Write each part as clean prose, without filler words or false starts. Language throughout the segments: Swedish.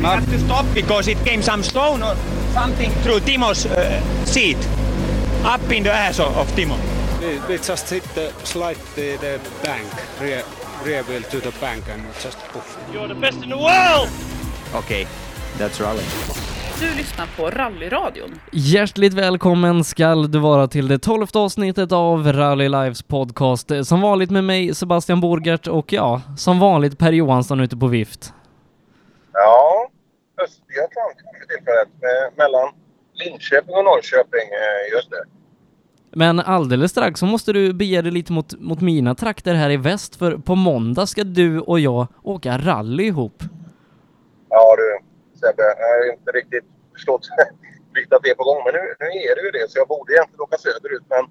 We had to stop because it came some stone or something through Timo's seat, up in the ass of Timo. We just hit slightly the bank, rear wheel to the bank and just poof. You're the best in the world! Okay, that's rally. Du lyssnar på Rallyradion. Hjärtligt välkommen skall du vara till det 12:e avsnittet av Rally Lives podcast. Som vanligt med mig Sebastian Borgert och ja, som vanligt Per Johansson ute på vift. Ja, Östergötland för tillfället mellan Linköping och Norrköping, just det. Men alldeles strax så måste du bege dig lite mot mina trakter här i väst, för på måndag ska du och jag åka rally ihop. Ja du, Sebbe, jag har inte riktigt förstått riktigt att det är på gång, men nu är det ju det, så jag borde egentligen åka söderut, men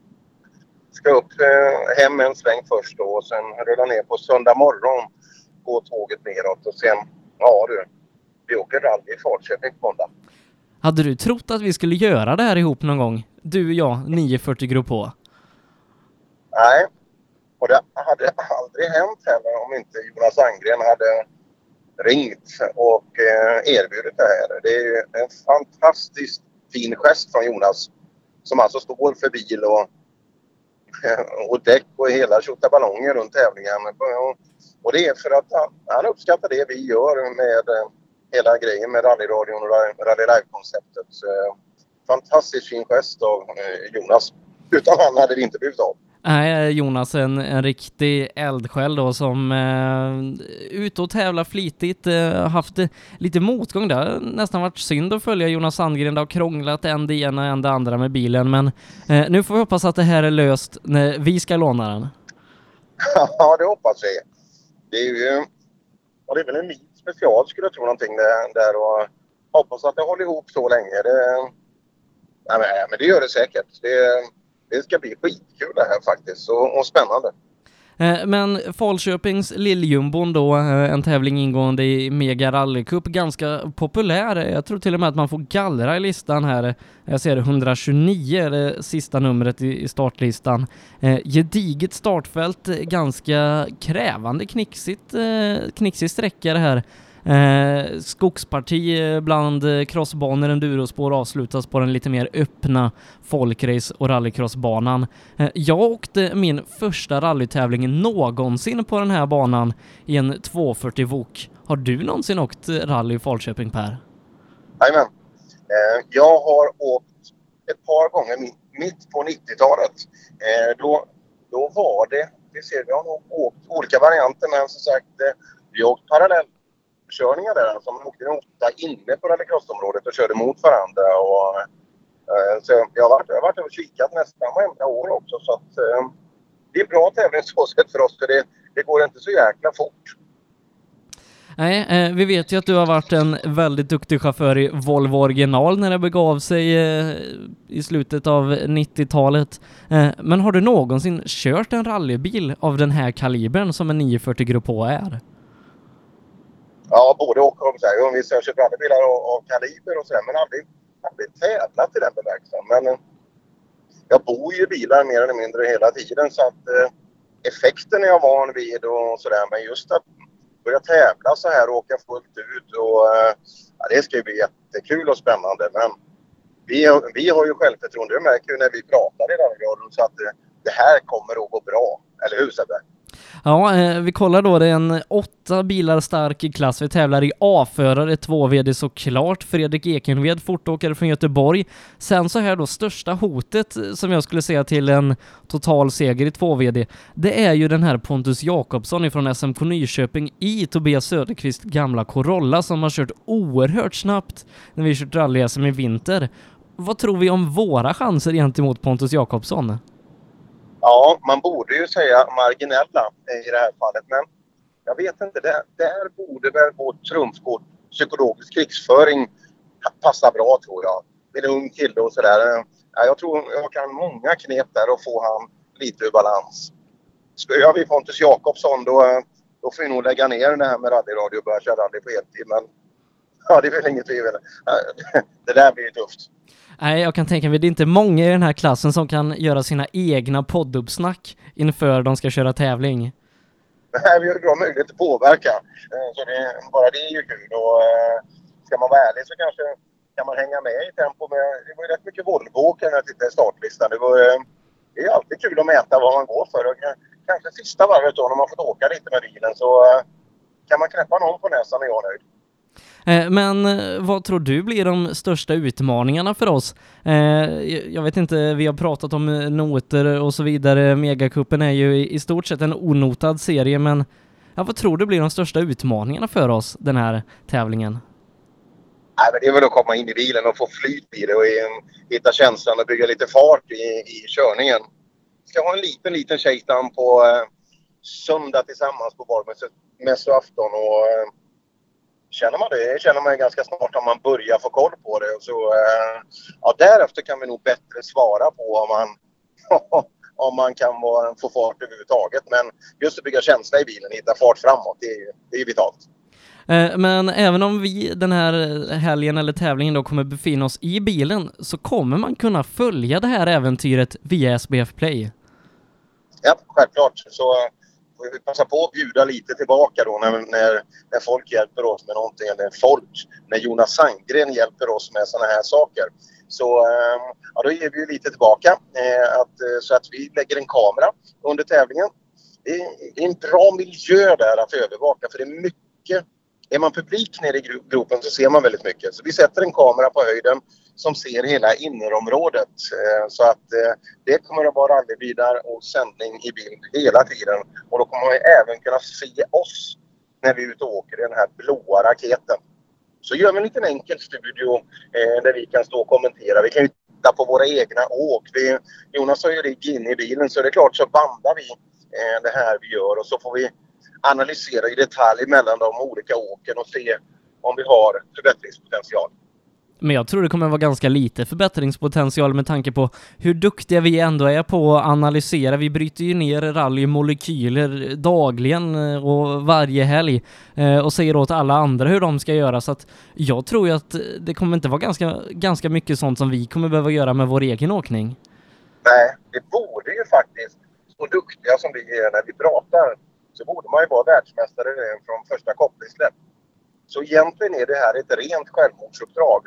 ska upp hem en sväng först då, och sen rulla ner på söndag morgon, gå tåget neråt och sen, ja du, vi åker rally i Falköping på måndag. Hade du trott att vi skulle göra det här ihop någon gång? Du och jag, 940 Grupp H. Nej, och det hade aldrig hänt heller om inte Jonas Angren hade ringt och erbjudit det här. Det är ju en fantastiskt fin gest från Jonas, som alltså står för bil och däck och hela tjottaballonger runt tävlingen. Och det är för att han uppskattar det vi gör med hela grejen med rallyradion och Rally Live-konceptet. Fantastiskt fin gest av Jonas. Utan han hade det inte blivit av. Nej, Jonas en riktig eldsjäl då, som ute och tävlar flitigt, haft lite motgång där. Nästan varit synd att följa Jonas Andgren. Det har krånglat en det ena en det andra med bilen, men nu får vi hoppas att det här är löst när vi ska låna den. Ja, det hoppas vi. Det är ju, och det är väl en ny special skulle jag tro någonting där, och hoppas att det håller ihop så länge. Men det gör det säkert. Det ska bli skitkul det här faktiskt, och spännande. Men Falköpings Lilljumbon då, en tävling ingående i Mega Rally Cup, ganska populär. Jag tror till och med att man får gallra i listan här. Jag ser 129, det sista numret i startlistan. Gediget startfält, ganska krävande, knixig sträcka det här. Skogsparti bland crossbanor, endurospår avslutas på den lite mer öppna folkrace- och rallycrossbanan. Jag åkte min första rallytävling någonsin på den här banan i en 240 Wok. Har du någonsin åkt rally i Falköping, Per? Jajamän. Jag har åkt ett par gånger mitt på 90-talet. Då var det, vi har nog åkt olika varianter, men som sagt, vi har åkt parallellkörningar där, som åkte en 8 inne på rallycrossområdet och körde mot varandra. Och, så jag har varit och kikat nästan varenda år också, så att det är bra tävling så sett för oss, för det går inte så jäkla fort. Nej, vi vet ju att du har varit en väldigt duktig chaufför i Volvo original när det begav sig i slutet av 90-talet. Men har du någonsin kört en rallybil av den här kalibern som en 940 Grupp H är? Ja, både och så här. Vi har kört rallybilar av kaliber och sådär, men aldrig tävlat i den bemärkelsen. Men jag bor ju i bilar mer eller mindre hela tiden, så att effekten är jag van vid och sådär. Men just att börja tävla så här och åka fullt ut, och det ska ju bli jättekul och spännande. Men vi har ju självförtroende, det märker ju när vi pratar i rallyradion, så att det här kommer att gå bra. Eller hur, Sebbe? Ja, vi kollar då, det är en 8 bilar stark klass. Vi tävlar i A-förare, 2VD såklart. Fredrik Ekenved, fortåkare från Göteborg. Sen så här då, största hotet som jag skulle säga till en total seger i 2VD, det är ju den här Pontus Jakobsson från SMK Nyköping i Tobias Söderqvist gamla Corolla, som har kört oerhört snabbt när vi kört rally-SM i vinter. Vad tror vi om våra chanser gentemot Pontus Jakobsson? Ja, man borde ju säga marginella i det här fallet, men jag vet inte, där borde väl vårt trumfkort psykologisk krigsföring passa bra, tror jag. Med en ung kille och sådär. Ja, jag tror jag kan många knep där och få han lite ur balans. Spöar vi Pontus Jakobsson, då får vi nog lägga ner det här med rallyradio och börja köra rally på heltid, men ja, det är väl inget tvivel. Det där blir tufft. Nej, jag kan tänka mig, det är inte många i den här klassen som kan göra sina egna podduppsnack inför de ska köra tävling. Nej, vi har ju bra möjlighet att påverka. Så bara det är ju kul. Och ska man vara ärlig så kanske kan man hänga med i tempo. Men det var ju rätt mycket Volvo-åkare när jag tittade i startlistan. Det är alltid kul att mäta vad man går för. Och kanske sista varvet då, när man fått åka lite med bilen, så kan man knäppa någon på näsan och jag är nöjd. Men vad tror du blir de största utmaningarna för oss? Jag vet inte, vi har pratat om noter och så vidare. Megacupen är ju i stort sett en onotad serie, men vad tror du blir de största utmaningarna för oss den här tävlingen? Nej, men det är väl att komma in i bilen och få flyt i det och hitta känslan och bygga lite fart i körningen. Vi ska ha en liten shakedown på söndag tillsammans på Borgmässoafton och känner man ganska snart om man börjar få koll på det. Och så, därefter kan vi nog bättre svara på om man kan få fart överhuvudtaget. Men just att bygga känsla i bilen, hitta fart framåt, det är vitalt. Men även om vi den här helgen eller tävlingen då kommer befinna oss i bilen, så kommer man kunna följa det här äventyret via SBF Play. Ja, självklart. Så får vi passa på att bjuda lite tillbaka då när folk hjälper oss med någonting. Eller när Jonas Sandgren hjälper oss med såna här saker. Så då ger vi lite tillbaka. Så att vi lägger en kamera under tävlingen. Det är en bra miljö där att övervaka, för det är mycket. Är man publik nere i gropen så ser man väldigt mycket. Så vi sätter en kamera på höjden som ser hela innerområdet. Så att det kommer att vara rallybilar och sändning i bild hela tiden. Och då kommer man även kunna se oss när vi är ute och åker i den här blåa raketen. Så gör vi en liten enkel studio där vi kan stå och kommentera. Vi kan ju titta på våra egna åk. Jonas har ju rigg in i bilen, så det är klart så bandar vi det här vi gör. Och så får vi analysera i detalj mellan de olika åken och se om vi har förbättringspotential. Men jag tror det kommer vara ganska lite förbättringspotential med tanke på hur duktiga vi ändå är på att analysera. Vi bryter ju ner rallymolekyler dagligen och varje helg och säger åt alla andra hur de ska göra. Så att jag tror ju att det kommer inte vara ganska mycket sånt som vi kommer behöva göra med vår egen åkning. Nej, det borde ju faktiskt, så duktiga som vi är när vi pratar, så borde man ju vara världsmästare från första kopplingsläpp. Så egentligen är det här ett rent självmordsuppdrag.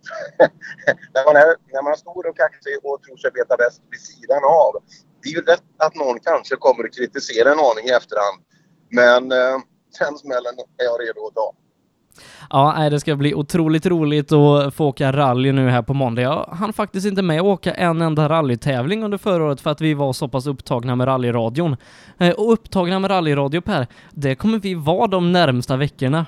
när man är stor och kaxig och tror sig veta bäst vid sidan av. Det är ju lätt att någon kanske kommer att kritisera en aning i efterhand. Men den smällen är jag redo att ta. Ja, det ska bli otroligt roligt att få åka rally nu här på måndag. Jag hann faktiskt inte med att åka en enda rallytävling under förra året för att vi var så pass upptagna med rallyradion. Och upptagna med rallyradio, Per, det kommer vi vara de närmsta veckorna.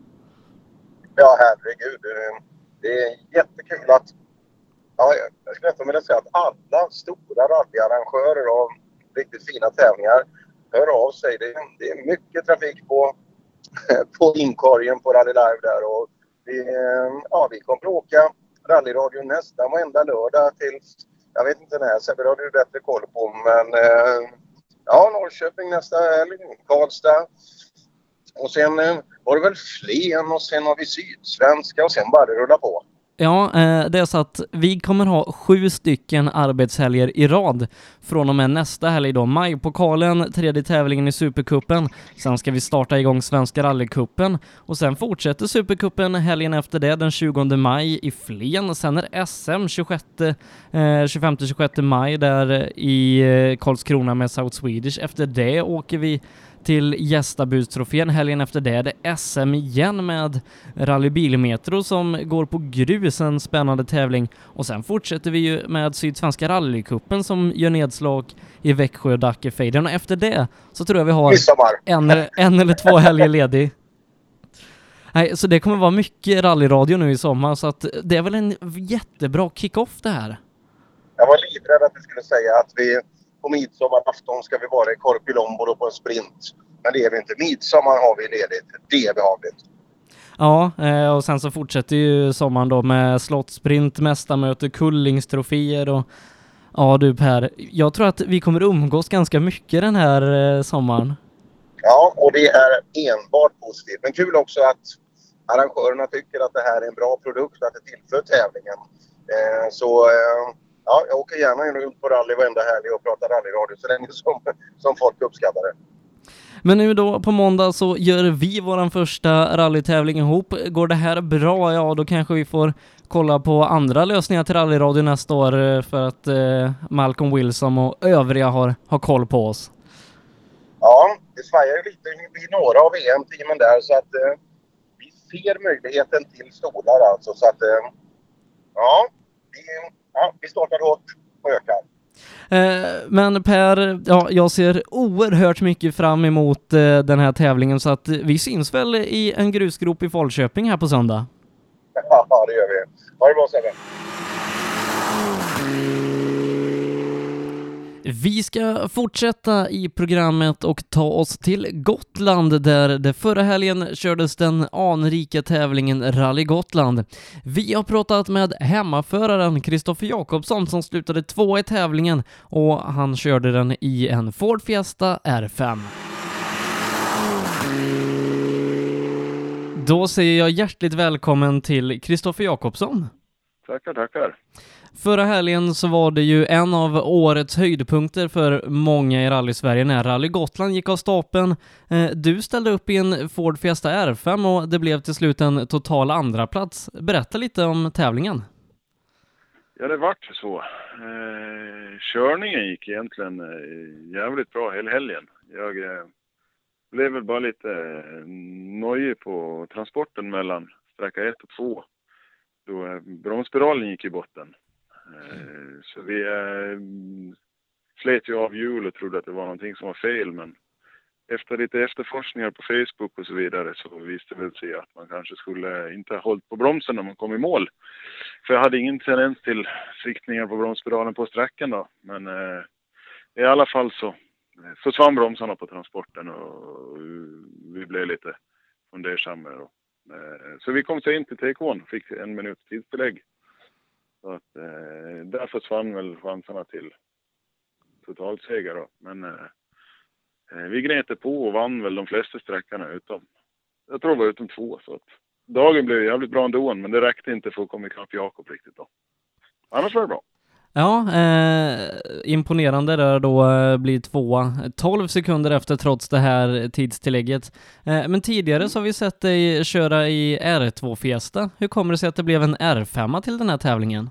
Ja, herregud. Det är jättekul att jag skulle nästan vilja säga att alla stora rallyarrangörer av riktigt fina tävlingar hör av sig. Det är mycket trafik på inkorgen på Rally Live där, och vi kommer att åka rallyradion nästan varenda lördag tills, jag vet inte när, så har du bättre koll på, men Norrköping nästa helg, Karlstad, och sen var det väl Flen, och sen har vi Sydsvenska, och sen bara det rullar på. Ja, det är så att vi kommer ha 7 stycken arbetshelger i rad från och med nästa helg då. Majpokalen, tredje tävlingen i Supercupen. Sen ska vi starta igång Svenska rallycupen. Och sen fortsätter Supercupen helgen efter det, den 20 maj i Flen. Sen är SM 25-26 maj där i Karlskrona med South Swedish. Efter det åker vi till Gästabudstrofén. Helgen efter det är det SM igen med rallybilmetro som går på grus, en spännande tävling. Och sen fortsätter vi ju med Sydsvenska rallycupen som gör nedslag i Växjö och Dackefejden. Och efter det så tror jag vi har en eller 2 helger ledig. Nej, så det kommer vara mycket rallyradio nu i sommar, så att det är väl en jättebra kick-off det här. Jag var livrädd att du skulle säga att vi på midsommarafton ska vi vara i Korpilombolo på en sprint. Men det är vi inte. Midsommar har vi ledigt. Det är behagligt. Ja, och sen så fortsätter ju sommaren då med slottsprint, mästarmöte, kullingstroféer och ja du Per, jag tror att vi kommer umgås ganska mycket den här sommaren. Ja, och det är enbart positivt. Men kul också att arrangörerna tycker att det här är en bra produkt, att det tillför tävlingen. Jag åker gärna runt på rally varenda helg och pratar rallyradio så länge som folk uppskattar det. Men nu då på måndag så gör vi våran första rallytävling ihop. Går det här bra, ja då kanske vi får kolla på andra lösningar till rallyradio nästa år för att Malcolm Wilson och övriga har koll på oss. Ja, det svajar ju lite i några av EM-teamen där så att vi ser möjligheten till stolar alltså. Så att vi startar hårt och ökar. Men Per, ja, jag ser oerhört mycket fram emot den här tävlingen så att vi syns väl i en grusgrop i Falköping här på söndag. Ja, det gör vi. Ha det bra, Sebbe. Vi ska fortsätta i programmet och ta oss till Gotland där det förra helgen kördes den anrika tävlingen Rally Gotland. Vi har pratat med hemmaföraren Kristoffer Jakobsson som slutade 2 i tävlingen och han körde den i en Ford Fiesta R5. Då säger jag hjärtligt välkommen till Kristoffer Jakobsson. Tackar. Förra helgen så var det ju en av årets höjdpunkter för många i Rally-Sverige när Rally Gotland gick av stapeln. Du ställde upp i en Ford Fiesta R5 och det blev till slut en total andra plats. Berätta lite om tävlingen. Ja, det vart så. Körningen gick egentligen jävligt bra hela helgen. Jag blev väl bara lite nojig på transporten mellan sträcka 1 och 2. Då bromspedalen gick i botten. Så vi slet ju av hjul och trodde att det var någonting som var fel. Men efter lite efterforskningar på Facebook och så vidare så visste vi sig att man kanske skulle inte ha hållit på bromsen när man kom i mål. För jag hade ingen tendens till sviktningar på bromspedalen på sträckan då. Men i alla fall så försvann bromsarna på transporten och vi blev lite fundersamma då. Så vi kom så in till TK, fick 1 minuts tidsbelägg. Så att där försvann väl chanserna till totalseger då. Men vi gnete på och vann väl de flesta sträckorna utom, jag tror det var utom 2. Så att dagen blev jävligt bra ändå, men det räckte inte för att komma ikapp Jakob riktigt då. Annars var det bra. Ja, imponerande där då blir 2 12 sekunder efter trots det här tidstillägget. Men tidigare så har vi sett dig köra i R2 Fiesta. Hur kommer det sig att det blev en R5 till den här tävlingen?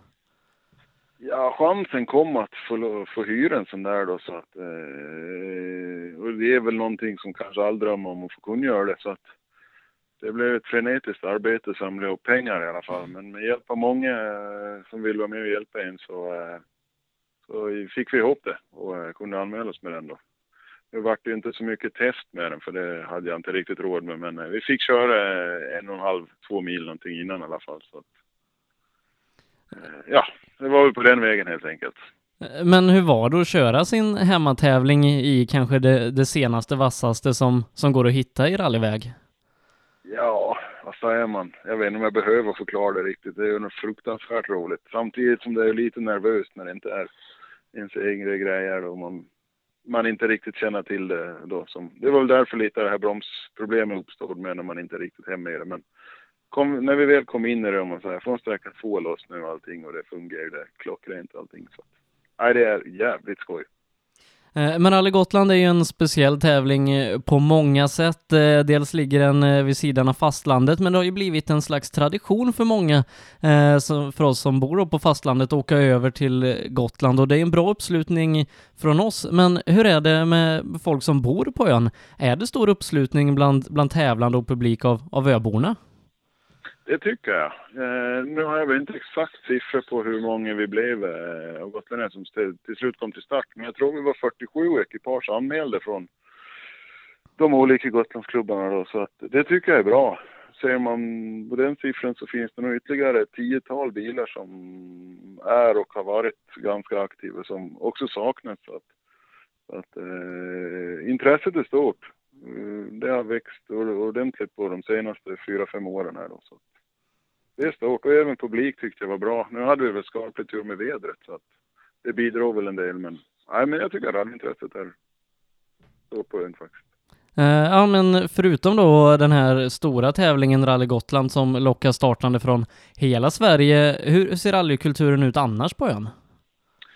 Ja, chansen kom att få hyra en sån där då så att och det är väl någonting som kanske aldrig drömmer om att få kunna göra det så att det blev ett frenetiskt arbete att samla upp pengar i alla fall. Men med hjälp av många som vill vara med och hjälpa en så fick vi ihop det och kunde anmäla oss med den då. Det var ju inte så mycket test med den för det hade jag inte riktigt råd med. Men vi fick köra 1,5-2 mil någonting innan i alla fall. Så att, ja, det var väl på den vägen helt enkelt. Men hur var det att köra sin hemmatävling i kanske det senaste vassaste som går att hitta i rallyväg? Ja, vad säger man? Jag vet inte om jag behöver förklara det riktigt. Det är ju något fruktansvärt roligt. Samtidigt som det är lite nervöst när det inte är ens egna grejer och man inte riktigt känner till det då. Det var väl därför lite det här bromsproblemet uppstod med när man inte riktigt hem med det. Men när vi väl kom in i det och man säger från sträcka 2 loss nu och allting och det fungerar det klockrent och allting. Så nej, det är jävligt skoj. Men Rally Gotland är ju en speciell tävling på många sätt. Dels ligger den vid sidan av fastlandet, men det har ju blivit en slags tradition för många för oss som bor på fastlandet att åka över till Gotland. Och det är en bra uppslutning från oss. Men hur är det med folk som bor på ön? Är det stor uppslutning bland tävlande och publik av öborna? Det tycker jag. Nu har jag väl inte exakt siffror på hur många vi blev av gotlänningar som till slut kom till start. Men jag tror vi var 47 ekipage anmälde från de olika Gotlandsklubbarna då. Så att det tycker jag är bra. Ser man på den siffran så finns det nog ytterligare 10-tal bilar som är och har varit ganska aktiva som också saknas. Så att intresset är stort. Det har växt ordentligt på de senaste 4-5 åren här då. Så det är stort och även publik tyckte jag var bra. Nu hade vi väl skapligt tur med vädret så att det bidrar väl en del. Men jag tycker att rallyintresset är stort på ön faktiskt. Ja, men förutom då den här stora tävlingen Rally Gotland som lockar startande från hela Sverige, hur ser rallykulturen ut annars på ön?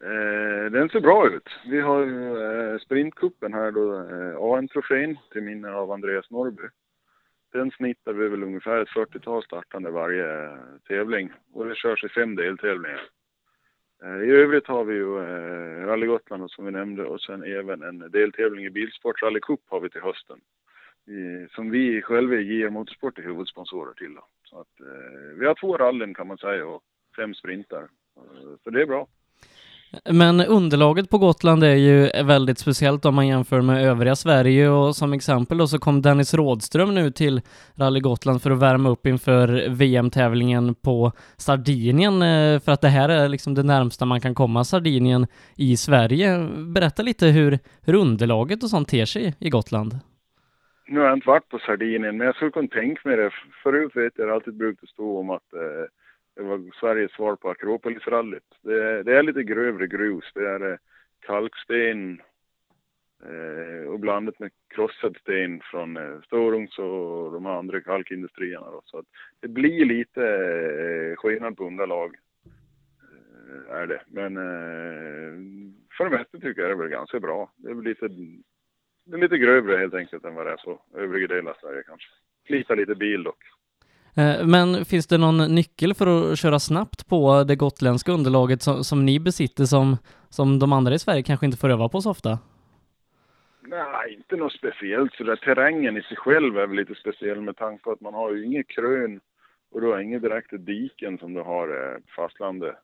Den ser bra ut. Vi har ju sprintkuppen här då, AM-trofén till minne av Andreas Norrby. Den snittar vi väl ungefär ett 40-tal startande varje tävling. Och det körs i 5 deltävlingar. I övrigt har vi ju Rally Gotland som vi nämnde och sen även en deltävling i Bilsport Rally Cup har vi till hösten. Som vi själva ger Motorsport i huvudsponsorer till. Då. Så att, vi har 2 rallyn kan man säga och 5 sprintar. Så det är bra. Men underlaget på Gotland är ju väldigt speciellt om man jämför med övriga Sverige och som exempel då så kom Dennis Rådström nu till Rally Gotland för att värma upp inför VM-tävlingen på Sardinien för att det här är liksom det närmsta man kan komma Sardinien i Sverige. Berätta lite hur underlaget och sånt ter sig i Gotland. Nu har jag inte varit på Sardinien men jag skulle kunna tänka mig det. Förut vet jag alltid brukat stå om att det var Sveriges svar på Akropolisrallyt. Det är lite grövre grus. Det är kalksten och blandat med krossad sten från Storungs och de andra kalkindustrierna. Då. Så att det blir lite skillnad på underlag. Är det. Men för det mesta tycker jag det är väl ganska bra. Det är lite grövre helt enkelt än vad det är på övriga delar av Sverige kanske. Slita lite bil dock. Men finns det någon nyckel för att köra snabbt på det gotländska underlaget som ni besitter som de andra i Sverige kanske inte får öva på så ofta? Nej, inte något speciellt. Så där terrängen i sig själv är väl lite speciell med tanke på att man har ju inget krön och då är inget direkt diken som du har på fastlandet.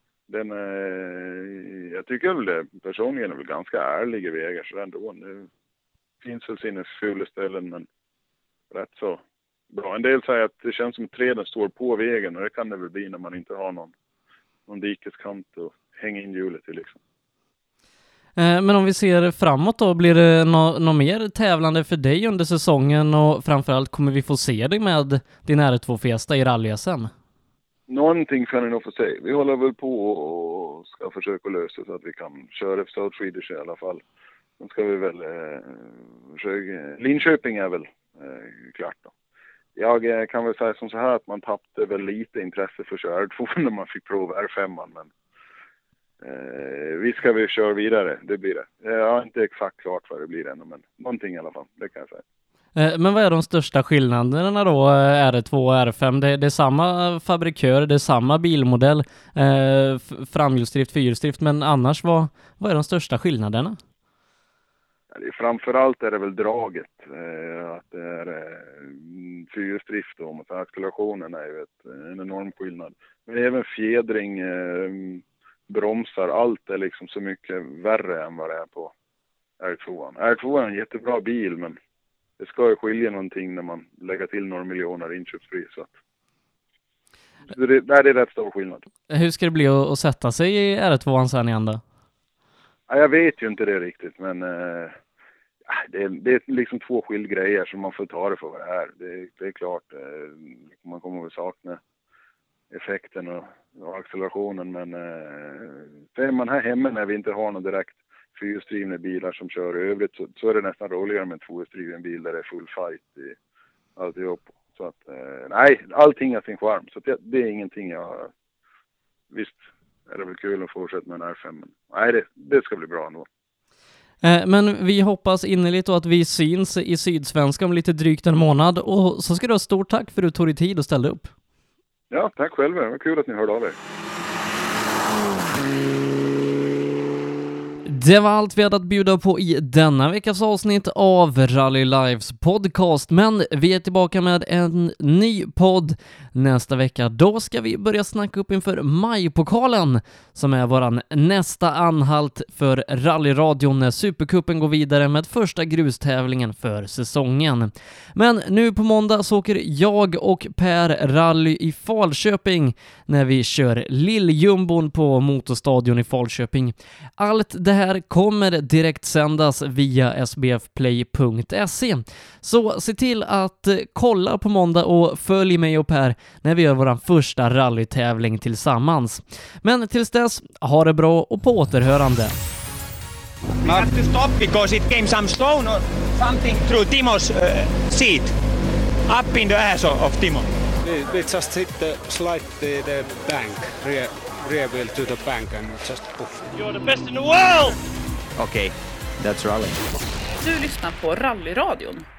Jag tycker väl det personligen är väl ganska ärliga vägar så ändå. Nu finns väl sina fula ställen men rätt så bra. En del säger att det känns som att träden står på vägen och det kan det väl bli när man inte har någon dikeskant att hänga in hjulet i liksom. Men om vi ser framåt då, blir det något mer tävlande för dig under säsongen och framförallt kommer vi få se dig med din R2-festa i rally-SM? Någonting kan ni nog få se. Vi håller väl på och ska försöka lösa så att vi kan köra för South Swedish i alla fall. Sen ska vi väl försöka. Linköping är väl klart då. Jag kan väl säga som så här att man tappade väl lite intresse för R2 när man fick prova R5 men vi ska väl köra vidare, det blir det. Jag har inte exakt klart vad det blir ännu men någonting i alla fall, det kan jag säga. Men vad är de största skillnaderna då, R2 och R5? Det är samma fabrikör, det är samma bilmodell, framhjulsdrift, fyrhjulsdrift, men annars vad är de största skillnaderna? Framförallt är det väl draget, att det är fyrhjulsdrift och att accelerationen är ju en enorm skillnad. Men även fjädring, bromsar, allt är liksom så mycket värre än vad det är på R2. R2 är en jättebra bil men det ska ju skilja någonting när man lägger till några miljoner inköpspris. Så det är rätt stor skillnad. Hur ska det bli att sätta sig i R2 sen igen då? Ja, jag vet ju inte det riktigt men det är liksom 2 skilda grejer som man får ta det för vad det är. Det är klart, man kommer väl sakna effekten och accelerationen men är man här hemma när vi inte har någon direkt fyrhjulsdrivna bilar som kör i övrigt så är det nästan roligare med en tvåhjulsdriven bil där det är full fight i alltihop. Så att nej, allting har sin charm så att det är ingenting visst är det väl kul att fortsätta med en R5 men nej det ska bli bra ändå. Men vi hoppas innerligt att vi syns i Sydsvenska om lite drygt en månad och så ska du ha stort tack för att du tog dig tid och ställde upp. Ja, tack själva. Det var kul att ni hörde av er. Det var allt vi hade att bjuda på i denna veckas avsnitt av Rally Lives podcast, men vi är tillbaka med en ny podd nästa vecka. Då ska vi börja snacka upp inför Majpokalen som är våran nästa anhalt för rallyradion när Supercupen går vidare med första grustävlingen för säsongen. Men nu på måndag så åker jag och Per rally i Falköping när vi kör Lilljumbon på Motorstadion i Falköping. Allt det här kommer direkt sändas via sbfplay.se. Så se till att kolla på måndag och följ mig och Per när vi gör vår första rallytävling tillsammans. Men tills dess, ha det bra och på återhörande. We have to stop because it came some stone or something through Timo's seat. Up in the ass of Timo. We just hit the bank, rear wheel to the bank and just poof. You're the best in the world! Okay, that's rally. Du lyssnar på Rallyradion.